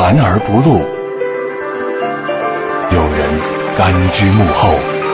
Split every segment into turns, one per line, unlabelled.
含而不露，有人甘居幕后。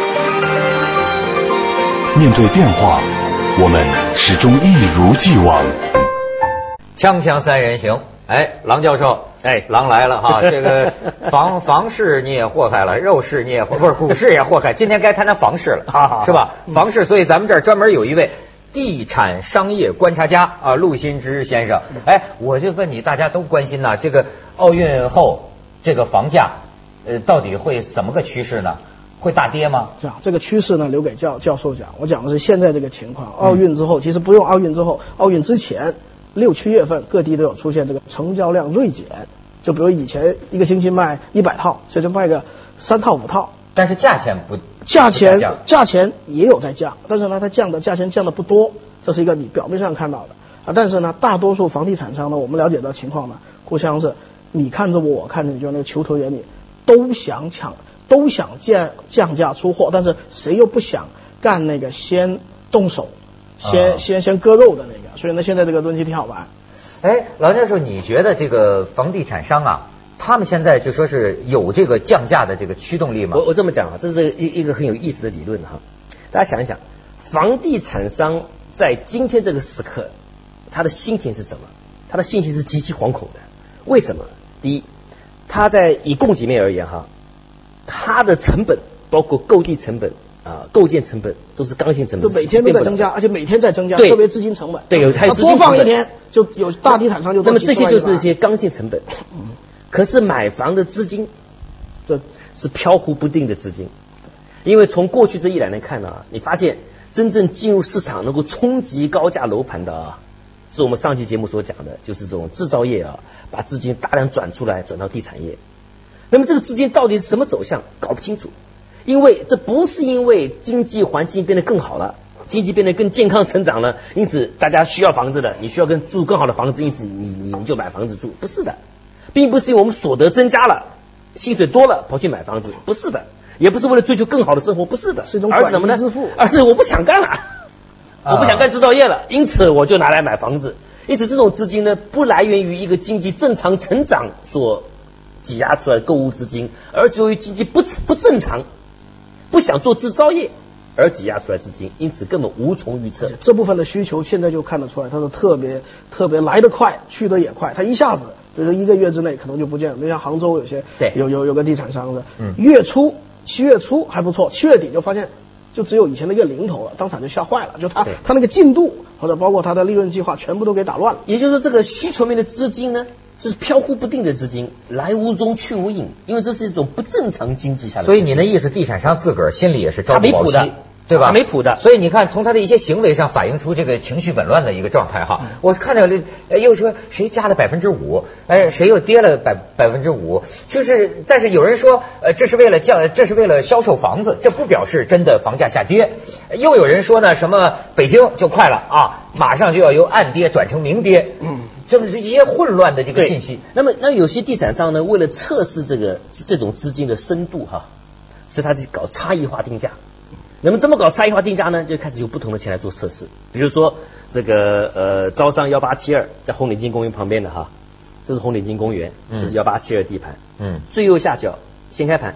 面对变化，我们始终一如既往。
锵锵三人行，郎教授，郎来了哈。这个房市你也祸害了，肉市你也不是股市也祸害，今天该谈谈房市了，是吧？房市，所以咱们这儿专门有一位地产商业观察家啊，陆新之先生。我就问你，大家都关心呐，这个奥运后这个房价，到底会怎么个趋势呢？会大跌吗？
这个趋势呢，留给教授讲。我讲的是现在这个情况。奥运之后，其实不用奥运之后，奥运之前6、7月份各地都有出现这个成交量锐减。就比如以前一个星期卖100套，现在就卖个3套5套。
但是价钱
价钱也有在降，但是呢，它价钱降的不多，这是一个你表面上看到的。但是呢，大多数房地产商呢，我们了解到情况呢，互相是你看着我看着你，就那个球头眼里都想降价出货，但是谁又不想干那个先动手先割肉的那个，所以呢，现在这个东西挺好玩。
老教授，你觉得这个房地产商啊，他们现在就说是有这个降价的这个驱动力吗？
我这么讲啊，这是一个很有意思的理论哈。大家想一想，房地产商在今天这个时刻，他的心情是什么？他的心情是极其惶恐的。为什么？第一，他在以供给面而言哈，他的成本包括购地成本构建成本都是刚性成本，
就每天都在增加，而且每天在增加，特别资金成本。
对，还有资金成本。
多放一天就有大地产商就。
那么这些就是一些刚性成本。可是买房的资金，这是飘忽不定的资金，因为从过去这1、2年看呢，你发现真正进入市场能够冲击高价楼盘的是我们上期节目所讲的，就是这种制造业把资金大量转出来，转到地产业。那么这个资金到底是什么走向，搞不清楚，因为这不是因为经济环境变得更好了，经济变得更健康成长了，因此大家需要房子了，你需要住更好的房子，因此你就买房子住，不是的，并不是因为我们所得增加了，薪水多了跑去买房子，不是的，也不是为了追求更好的生活，不是的，
是一种
而是什么呢？而是我不想干了，我不想干制造业了，因此我就拿来买房子。因此这种资金呢，不来源于一个经济正常成长所挤压出来的购物资金，而是由于经济不正常，不想做制造业而挤压出来资金，因此根本无从预测。
这部分的需求现在就看得出来，它是特别来得快，去得也快，它一下子比如说1个月之内可能就不见了。就像杭州有些有个地产商的，7月初还不错，7月底就发现就只有以前那个零头了，当场就吓坏了，就他那个进度或者包括他的利润计划全部都给打乱了。
也就是说，这个需求面的资金呢，就是飘忽不定的资金，来无踪去无影，因为这是一种不正常经济下的。
所以你的意思，地产商自个儿心里也是朝不保夕，对吧？
没谱的。
所以你看，从他的一些行为上反映出这个情绪紊乱的一个状态哈。我看到又说谁加了5%，谁又跌了5%，就是但是有人说这是为了销售房子，这不表示真的房价下跌。又有人说呢，什么北京就快了马上就要由暗跌转成明跌。这么一些混乱的这个信息。
那有些地产商呢，为了测试这种资金的深度所以他就搞差异化定价。那么怎么搞差异化定价呢？就开始有不同的钱来做测试。比如说这个招商1872在红领巾公园旁边的这是红领巾公园，这是1872地盘。最右下角先开盘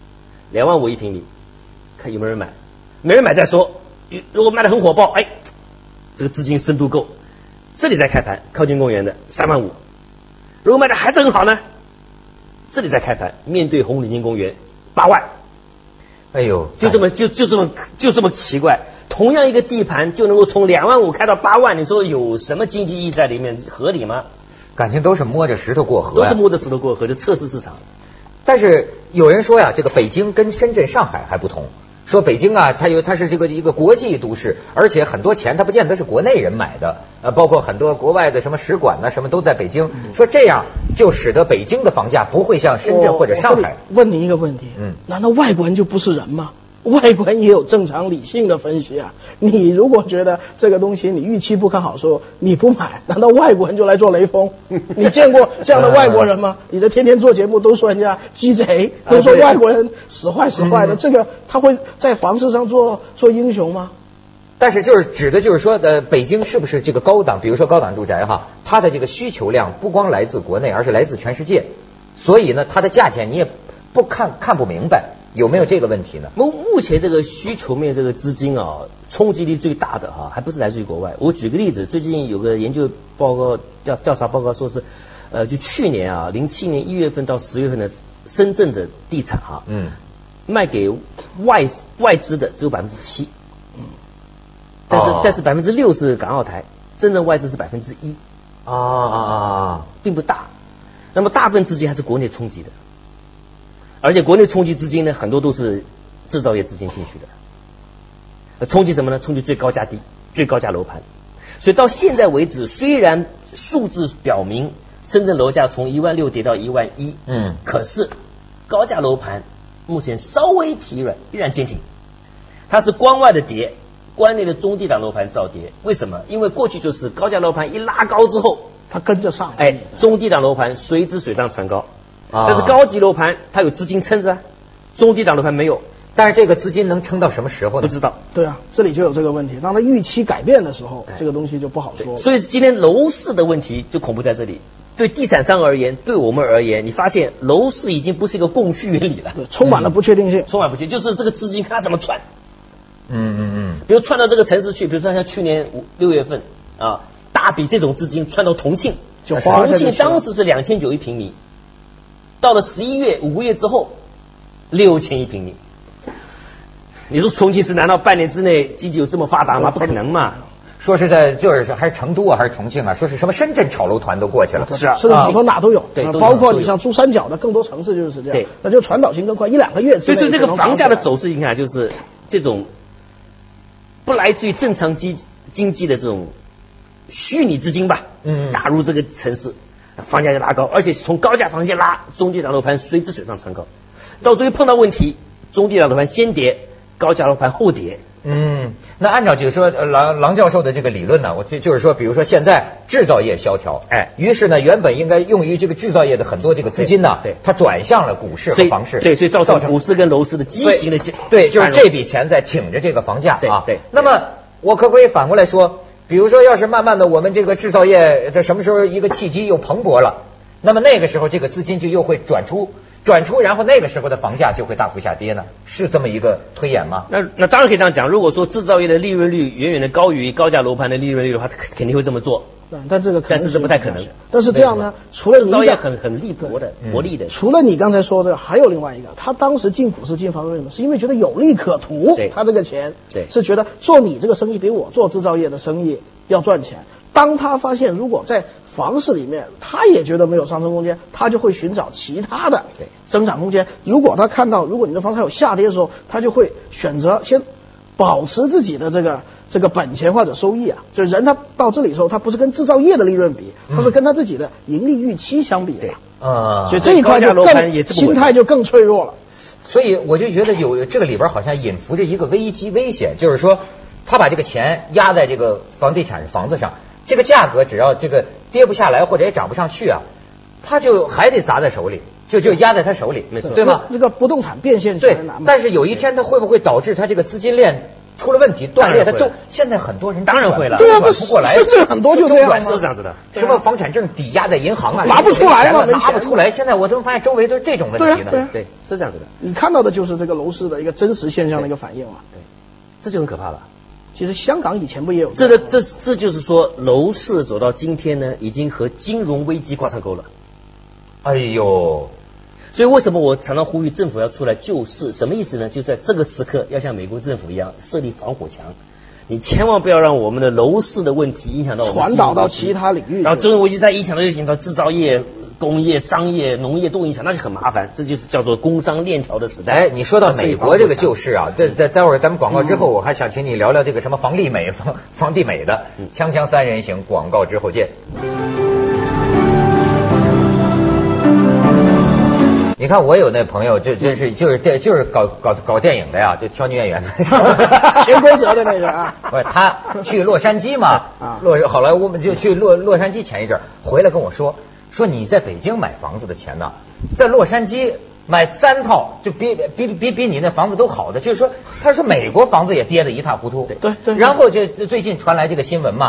，2万5一平米，看有没有人买，没人买再说。如果卖得很火爆，这个资金深度够，这里再开盘，靠近公园的3万5。如果卖的还是很好呢，这里再开盘，面对红领巾公园8万。就这么奇怪，同样一个地盘就能够从2万5开到8万，你说有什么经济意义在里面？合理吗？
感情都是摸着石头过河，
都是摸着石头过河，就测试市场。
但是有人说这个北京跟深圳、上海还不同。说北京它是这个一个国际都市，而且很多钱它不见得是国内人买的，包括很多国外的什么使馆什么都在北京。说这样就使得北京的房价不会像深圳或者上海。
问你一个问题，难道外国人就不是人吗？外国人也有正常理性的分析你如果觉得这个东西你预期不看好说你不买，难道外国人就来做雷锋？你见过这样的外国人吗？你这天天做节目都说人家鸡贼，都说外国人使坏的，这个他会在房市上做英雄吗？
但是指的就是说北京是不是这个高档，比如说高档住宅它的这个需求量不光来自国内，而是来自全世界。 所以呢，它的价钱你也看不明白，有没有这个问题呢？
目前这个需求面这个资金啊，冲击力最大的还不是来自于国外。我举个例子，最近有个研究报告调查报告说是，就去年07年1月份到10月份的深圳的地产卖给外资的只有7%，但是6%是港澳台，真正外资是1%，并不大。那么大部分资金还是国内冲击的，而且国内冲击资金呢，很多都是制造业资金进去的。冲击什么呢？冲击最高价楼盘。所以到现在为止，虽然数字表明深圳楼价从16000跌到11000，可是高价楼盘目前稍微疲软，依然坚挺。它是关外的跌，关内的中低档楼盘照跌。为什么？因为过去就是高价楼盘一拉高之后，
它跟着上，
中低档楼盘随之水涨船高。但是高级楼盘它有资金撑着，中低档楼盘没有。
但是这个资金能撑到什么时候呢？
不知道。
对啊，这里就有这个问题。当它预期改变的时候，这个东西就不好说了。
所以今天楼市的问题就恐怖在这里。对地产商而言，对我们而言，你发现楼市已经不是一个供需原理了，
对，充满了不确定性，
充满不确定，就是这个资金看它怎么窜。比如窜到这个城市去，比如说像去年6月份大笔这种资金窜到重庆，重庆当时是2900一平米，到了11月5个月之后6000一平米。你说重庆市难道半年之内经济有这么发达吗？不可能嘛。
说是在就是还是成都还是重庆说是什么深圳炒楼团都过去了，
是好多哪都有，对，包括你像珠三角的更多城市就是这样，对，那就传导性更快，1-2个月之内。
所以这个房价的走势，你看就是这种不来自于正常经济的这种虚拟资金吧，打入这个城市，房价就拉高，而且从高价房先拉，中低档楼盘随之水涨船高，到最后碰到问题，中低档楼盘先跌，高价楼盘后跌。
那按照就是说郎教授的这个理论呢，我就是说，比如说现在制造业萧条，于是呢，原本应该用于这个制造业的很多这个资金呢，它转向了股市和房市，
对，所以造成股市跟楼市的畸形的
对，就是这笔钱在挺着这个房价
对。
那么我可不可以反过来说，比如说要是慢慢的我们这个制造业在什么时候一个契机又蓬勃了，那么那个时候这个资金就又会转出，然后那个时候的房价就会大幅下跌呢？是这么一个推演吗？
那当然可以这样讲。如果说制造业的利润率远远的高于高价楼盘的利润率的话，他肯定会这么做。
但这个
但是这不太可能。
但是这样呢，除了
制造业很利薄的薄利的，
除了你刚才说这个，还有另外一个，他当时进股市进房为什么？是因为觉得有利可图，他这个钱是觉得做你这个生意比我做制造业的生意要赚钱。当他发现如果在房市里面他也觉得没有上升空间，他就会寻找其他的增长空间。如果他看到如果你的房产有下跌的时候，他就会选择先保持自己的这个本钱或者收益就是人他到这里的时候，他不是跟制造业的利润比，他是跟他自己的盈利预期相比的所以这一块就更心态就更脆弱了。
所以我就觉得有这个里边好像隐伏着一个危险，就是说他把这个钱压在这个房地产房子上，这个价格只要这个跌不下来或者也涨不上去他就还得砸在手里，就压在他手里，
没错，
对吗？
这个不动产变现
对，但是有一天它会不会导致它这个资金链出了问题断裂？现在很多人
当然会了，
对
转不过来，
这很多就这样，
是这样子的。
什么房产证抵押在银行
拿不出来嘛，
拿不出来。现在我都发现周围都是这种问题的，
对，是这样子的。
你看到的就是这个楼市的一个真实现象的一个反应对，
这就很可怕了。
其实香港以前不也有
这就是说楼市走到今天呢，已经和金融危机挂上钩了。
哎呦，
所以为什么我常常呼吁政府要出来救市？什么意思呢？就在这个时刻要像美国政府一样设立防火墙，你千万不要让我们的楼市的问题影响到我们
传导到其他领域，
然后金融危机再影响到制造业、工业、商业、农业都影响，那就很麻烦。这就是叫做工商链条的时代。
你说到美国这个救市待会儿咱们广告之后，我还想请你聊聊这个什么房地美的。锵锵三人行，广告之后见。你看我有那朋友就是搞电影的呀，就挑女演员的，
潜规则的那个
不是他去洛杉矶嘛，好莱坞就去洛杉矶前一阵回来跟我说你在北京买房子的钱呢，在洛杉矶买3套就比你那房子都好的，就是说他说美国房子也跌得一塌糊涂，
对，
然后就最近传来这个新闻嘛，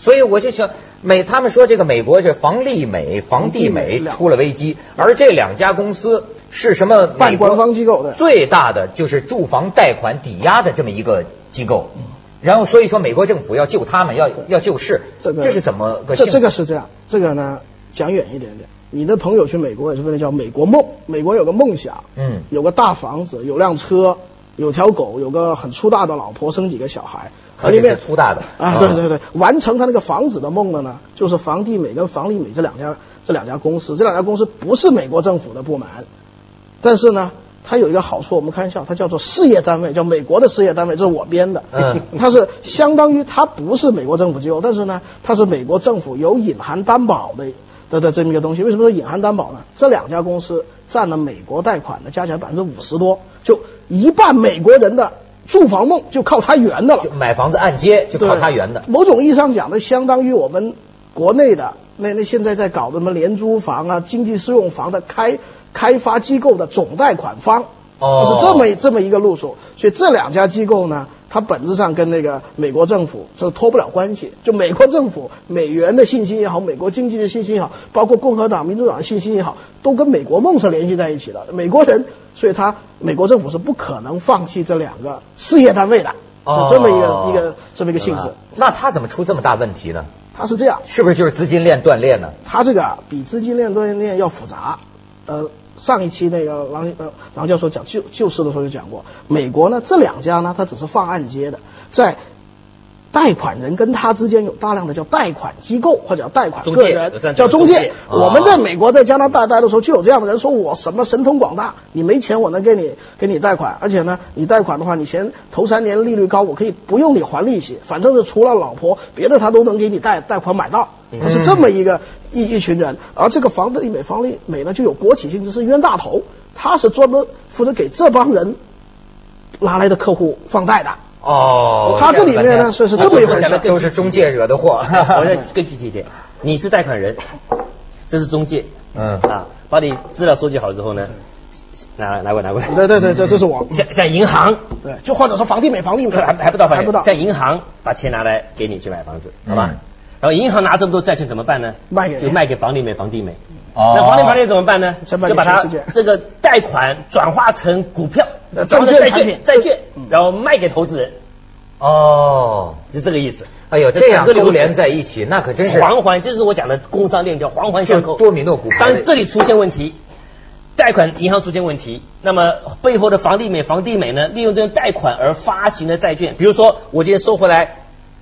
所以我就想，他们说这个美国是房利美、房地美出了危机，而这两家公司是什么？
半官方机构的
最大的就是住房贷款抵押的这么一个机构。然后所以说美国政府要救他们，要救市，这是怎么个？
这个是这样，这个呢讲远一点点。你的朋友去美国也是为了叫美国梦，美国有个梦想，有个大房子，有辆车，有条狗，有个很粗大的老婆，生几个小孩，
和里面粗大的
啊，对，完成他那个房子的梦的呢，就是房地美跟房利美这两家公司，这两家公司不是美国政府的部门，但是呢，它有一个好处，我们开玩笑，它叫做事业单位，叫美国的事业单位，这是我编的，它是相当于它不是美国政府机构，但是呢，它是美国政府有隐含担保的这么一个东西。为什么说隐含担保呢？这两家公司占了美国贷款的加起来50%多，就一半美国人的住房梦就靠它圆的了，
就买房子按揭就靠它圆的。
某种意义上讲呢，相当于我们国内的那现在在搞什么廉租房啊、经济适用房的开发机构的总贷款方，是这么一个路数。所以这两家机构呢，它本质上跟那个美国政府这脱不了关系。就美国政府美元的信心也好，美国经济的信心也好，包括共和党、民主党的信心也好，都跟美国梦是联系在一起的。美国人，所以美国政府是不可能放弃这两个事业单位的，就这么一个性质。
那他怎么出这么大问题呢？
他是这样，
是不是就是资金链断裂呢？
他这个比资金链断裂要复杂。上一期那个郎教授讲救市的时候就讲过，美国呢这两家呢，它只是放按揭的，在贷款人跟他之间有大量的叫贷款机构或者叫贷款个人，叫中介。我们在美国在加拿大待的时候就有这样的人说，我什么神通广大，你没钱我能给你贷款，而且呢你贷款的话，你头3年利率高，我可以不用你还利息，反正是除了老婆别的他都能给你贷款买到。是这么一群人。而这个房利美呢就有国企性质，是冤大头，他是专门负责给这帮人拿来的客户放贷的。他这里面呢是这么一回事，
都是中介惹的祸。
我再更具体一点，你是贷款人，这是中介，把你资料收集好之后呢，拿过来。
对，这是我。
像银行，
对，就或者说房地美
还不到，像银行把钱拿来给你去买房子，好吧？然后银行拿这么多债券怎么办呢？就卖给房利美、房地美。那房利美怎么办呢？就把它这个贷款转化成股票、债券，然后卖给投资人。就这个意思。
哎呦，这样勾连在一起，那可真是
环环，这是我讲的工商链叫环环相扣，
多米诺骨牌。
当这里出现问题，贷款银行出现问题，那么背后的房利美、房地美呢，利用这种贷款而发行的债券，比如说我今天收回来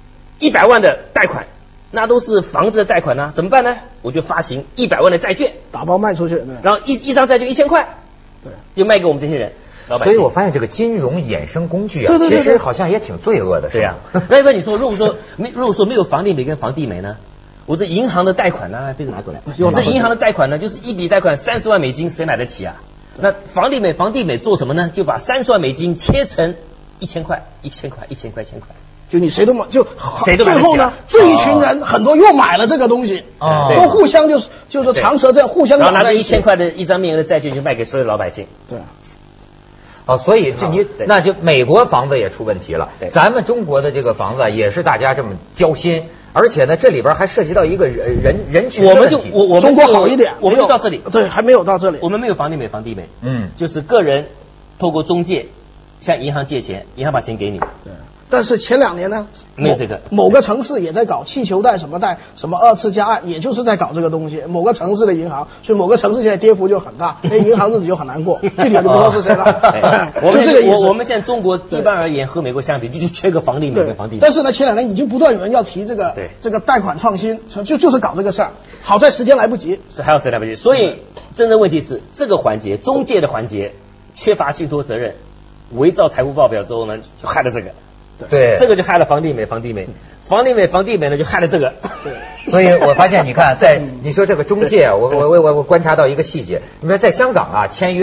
100万的贷款。那都是房子的贷款呢，怎么办呢？我就发行100万的债券，
打包卖出去，
然后一张债券1000块，对，就卖给我们这些人。
所以我发现这个金融衍生工具啊，其实好像也挺罪恶的，
对呀。那要不然你说，如果说没有房利美跟房地美呢？我这银行的贷款呢，被拿过来。我这银行的贷款呢，就是一笔贷款30万美金，谁买得起啊？那房利美、房地美做什么呢？就把30万美金切成1000块、1000块、1000块、1000块。
就你谁都买，
谁都买
最后呢，这一群人很多又买了这个东西，都互相就是长蛇这样互相。
然后拿着1000块的一张面额的债券就卖给所有老百姓。
对。
所以那就美国房子也出问题了，咱们中国的这个房子也是大家这么交心，而且呢这里边还涉及到一个人群的问题。
我们中国好一点，
我们就到这里，
对，还没有到这里。
我们没有房利美、房地美，就是个人透过中介向银行借钱，银行把钱给你。
对。但是前2年呢，
没有这个，
某个城市也在搞气球贷什么2次加按，也就是在搞这个东西。某个城市的银行，所以某个城市现在跌幅就很大，那银行日子就很难过。具体就不说是谁了。
我们现在中国一般而言和美国相比，就缺个房利美跟房地美。
但是呢，前2年已经不断有人要提这个贷款创新，就是搞这个事儿。好在时间来不及，
还有时间来不及。所以真正问题是这个环节，中介的环节缺乏信托责任，伪造财务报表之后呢，就害了这个。
对，
这个就害了房利美、房地美，房利美、房地美呢就害了这个。
对，所以我发现，你看，你说这个中介，我观察到一个细节，你说在香港啊签约啊，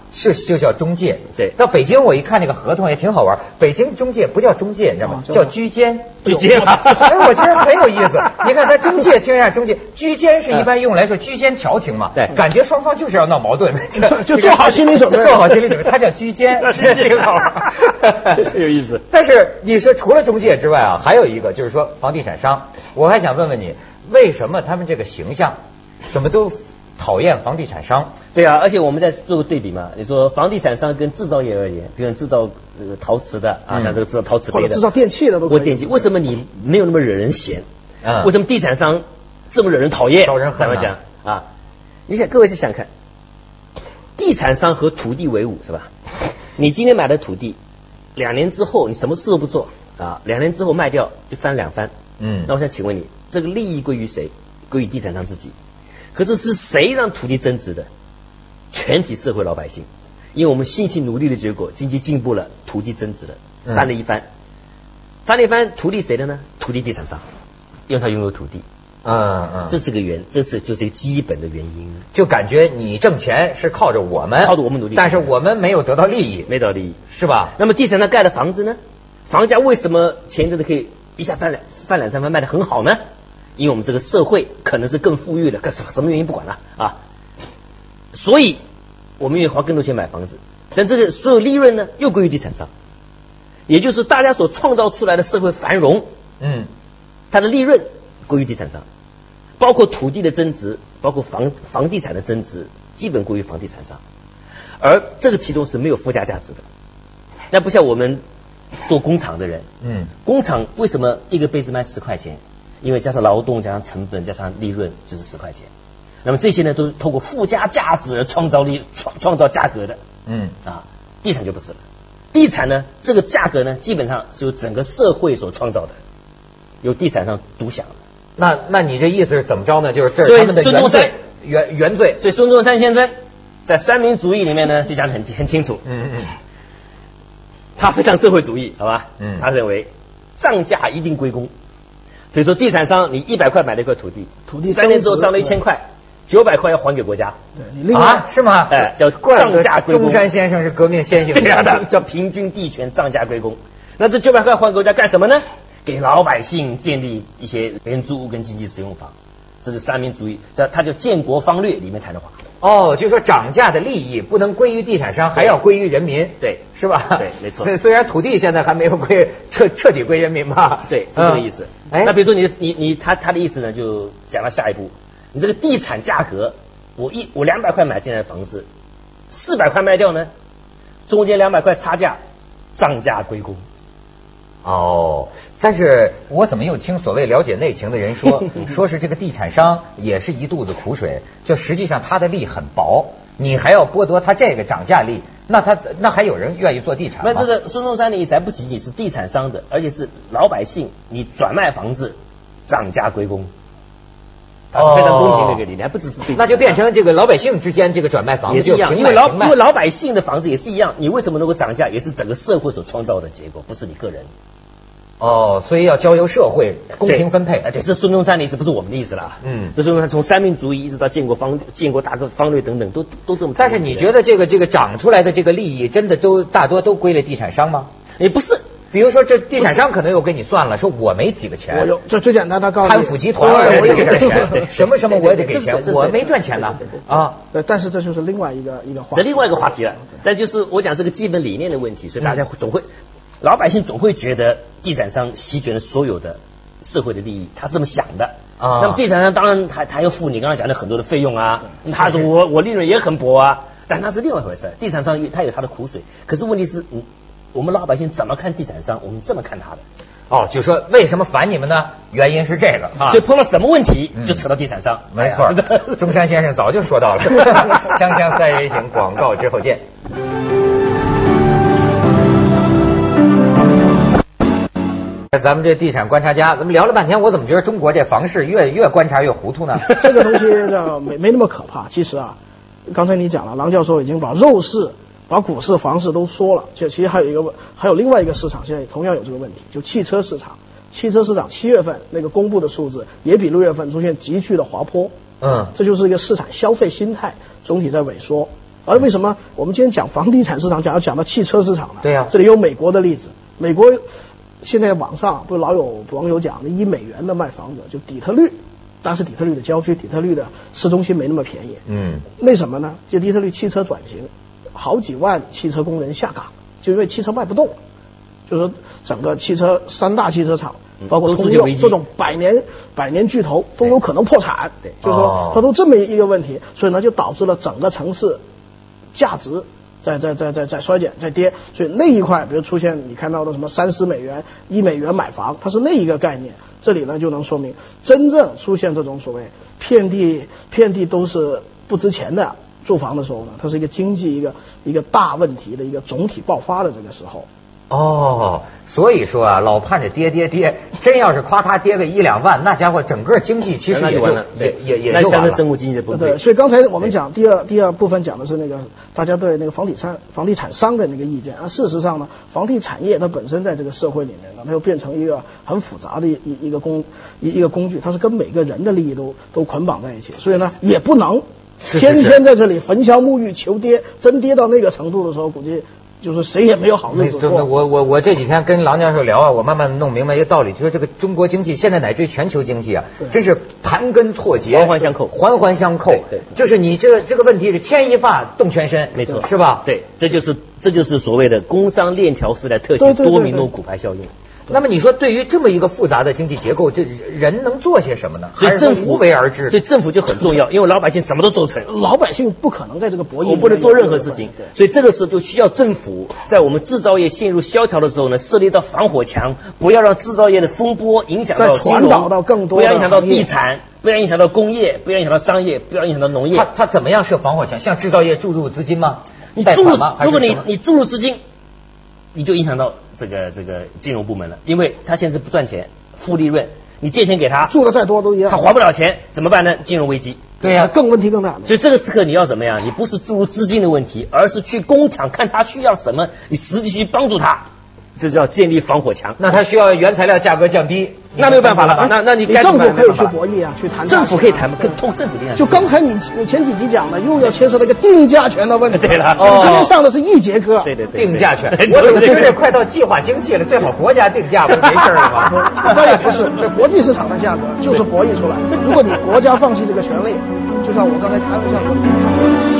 就叫中介。
对，
到北京我一看这个合同也挺好玩，北京中介不叫中介，你知道吗？叫居间。
居间，
哎，我觉得很有意思。你看他中介，听一下中介，居间是一般用来说居间调停嘛，
对，
感觉双方就是要闹矛盾，
就做好心理准备，
做好心理准备。他叫居间，挺好玩，
有意思。
但是你说除了中介之外啊，还有一个就是说房地产商，我还想问问你，为什么他们这个形象怎么都讨厌房地产商？
对啊，而且我们在做个对比嘛，你说房地产商跟制造业而言，比如制造陶瓷的啊，像这个制造陶瓷杯的，
或者制造电器的都可以。
或电器，为什么你没有那么惹人嫌？
嗯，
为什么地产商这么惹人讨厌？
招人恨
怎么讲啊？你想，各位是想看，地产商和土地为伍是吧？你今天买的土地，2年之后你什么事都不做啊，2年之后卖掉就翻2番。那我想请问你，这个利益归于谁？归于地产商自己。可是是谁让土地增值的？全体社会老百姓。因为我们辛勤努力的结果，经济进步了，土地增值了，翻了一番。翻了一番，土地谁的呢？土地地产商，因为他拥有土地。这是个这就是一个基本的原因。
就感觉你挣钱是靠着我们
努力，
但是我们没有得到利益，是吧？
那么地产商盖的房子呢？房价为什么前一阵子可以一下翻2、3番卖得很好呢？因为我们这个社会可能是更富裕了，什么原因不管了啊，所以我们愿意花更多钱买房子，但这个所有利润呢又归于地产商，也就是大家所创造出来的社会繁荣，它的利润归于地产商，包括土地的增值，包括房地产的增值，基本归于房地产商，而这个其中是没有附加价值的。那不像我们做工厂的人，工厂为什么一个杯子卖10块钱？因为加上劳动、加上成本、加上利润就是10块钱。那么这些呢，都是透过附加价值而创造价格的。地产就不是了。地产呢，这个价格呢，基本上是由整个社会所创造的，由地产商独享的。
那你这意思是怎么着呢？就是这是他们的原罪。
所以孙中山先生在三民主义里面呢，就讲得很清楚。他非常社会主义，好吧？他认为涨价一定归公。比如说地产商，你100块买了一块土地，3年之后涨了1000块，900块要还给国家。
是吗？
叫涨价归公。
中山先生是革命先行
的，叫平均地权，涨价归公。那这900块还给国家干什么呢？给老百姓建立一些廉租屋跟经济使用房。这是三民主义，它叫建国方略里面谈的话。
就说涨价的利益不能归于地产商，还要归于人民，
对，
是吧？
对，没错。
虽然土地现在还没有彻底归人民吧？
对，是这个意思。那比如说他的意思呢，就讲到下一步，你这个地产价格，我200块买进来的房子，400块卖掉呢，中间200块差价，涨价归公。
但是我怎么又听所谓了解内情的人说是这个地产商也是一肚子苦水，就实际上他的利很薄，你还要剥夺他这个涨价利，那还有人愿意做地产吗？
那这个孙中山的意思还不仅仅是地产商的，而且是老百姓，你转卖房子涨价归公，它是非常公平的一个理念，还不只是对。
那就变成这个老百姓之间这个转卖房子
也是一样，因为老百姓的房子也是一样，你为什么能够涨价，也是整个社会所创造的结果，不是你个人。
所以要交由社会公平分配。
对，这是孙中山的意思，不是我们的意思了。这孙中山从三民主义一直到建国大革方略等等，都这么。
但是你觉得这个涨出来的这个利益，真的大多都归了地产商吗？
也不是。
比如说这地产商可能又给你算了，说我没几个钱，
这最简单的告诉你，
贪腐集团我也给点钱，什么我也得给钱，我没赚钱呢
但是这就是另外一个话题，
这另外一个话题了。但就是我讲这个基本理念的问题，所以大家老百姓总会觉得地产商席卷了所有的社会的利益，他这么想的那么地产商当然他要付你刚刚讲的很多的费用他说我利润也很薄但那是另外一回事。地产商他有他的苦水，可是问题是我们老百姓怎么看地产商？我们这么看他的
就说为什么烦你们呢？原因是这个
所以碰到什么问题就扯到地产商。
没错，中山先生早就说到了。锵锵三人行，广告之后见。咱们这地产观察家，咱们聊了半天，我怎么觉得中国这房市越观察越糊涂呢？
这个东西没那么可怕。其实刚才你讲了，郎教授已经把肉市、把股市、房市都说了。其实还有另外一个市场，现在同样有这个问题，就汽车市场。汽车市场7月份那个公布的数字也比6月份出现急剧的滑坡。这就是一个市场消费心态总体在萎缩。 而为什么我们今天讲房地产市场要讲到汽车市场呢？
对呀，
这里有美国的例子。美国现在网上不是老有网友讲的1美元的卖房子，就底特律，但是底特律的郊区，底特律的市中心没那么便宜。为什么呢？就底特律汽车转型，好几万汽车工人下岗，就因为汽车卖不动。就是说整个3大汽车厂，包括通用这种百年巨头都有可能破产。对，就是说它都这么一个问题，所以呢就导致了整个城市价值在衰减在跌。所以那一块比如出现你看到的什么30美元1美元买房，它是那一个概念。这里呢就能说明真正出现这种所谓遍地都是不值钱的住房的时候呢，它是一个经济一个大问题的一个总体爆发的这个时候。
所以说啊，老盼着跌，真要是夸它跌个1、2万，那家伙整个经济其实也就完了，也就完了。
政府经济的崩溃。
对，所以刚才我们讲第二部分讲的是那个大家对那个房地产商的那个意见。事实上呢，房地产业它本身在这个社会里面呢，它又变成一个很复杂的一个工具，它是跟每个人的利益都捆绑在一起，所以呢也不能天天在这里焚香沐浴求跌，真跌到那个程度的时候，估计就是谁也没有好日子过。
我这几天跟郎教授聊啊，我慢慢弄明白一个道理，就是这个中国经济现在乃至于全球经济啊，真是盘根错节，环环相扣。对，就是你这个问题是牵一发动全身，
没错，
是吧？
对，这就是所谓的工商链条式的特性，多米诺骨牌效应。
那么你说，对于这么一个复杂的经济结构，这人能做些什么呢？
所以政府
无为而治，
所以政府就很重要，因为老百姓什么都做成，
老百姓不可能在这个博弈，
我不能做任何事情，所以这个时候就需要政府在我们制造业陷入萧条的时候呢，设立到防火墙，不要让制造业的风波影响到金融，
传导到更多，
不要影响到地产，不要影响到工业，不要影响到商业，不要影响到农业。
他怎么样设防火墙？向制造业注入资金吗？
你如果你注入资金，你就影响到这个金融部门了，因为他现在是不赚钱，负利润，你借钱给他，
注的再多都一样，
他还不了钱，怎么办呢？金融危机。
对呀，
问题更大。
所以这个时刻你要怎么样？你不是注入资金的问题，而是去工厂看他需要什么，你实际去帮助他，这叫建立防火墙。
那他需要原材料价格降低，
那没有办法了。那你该
政府可以去博弈啊，去谈。
政府可以谈，通政府
就刚才你前几集讲的，又要牵涉到一个定价权的问题。
对了，
今天上的是1节课。
对，
定价权。我怎么觉得快到计划经济了？最好国家定价不没事了吗？
那也不是，在国际市场的价格就是博弈出来。如果你国家放弃这个权利，就像我刚才开玩笑说。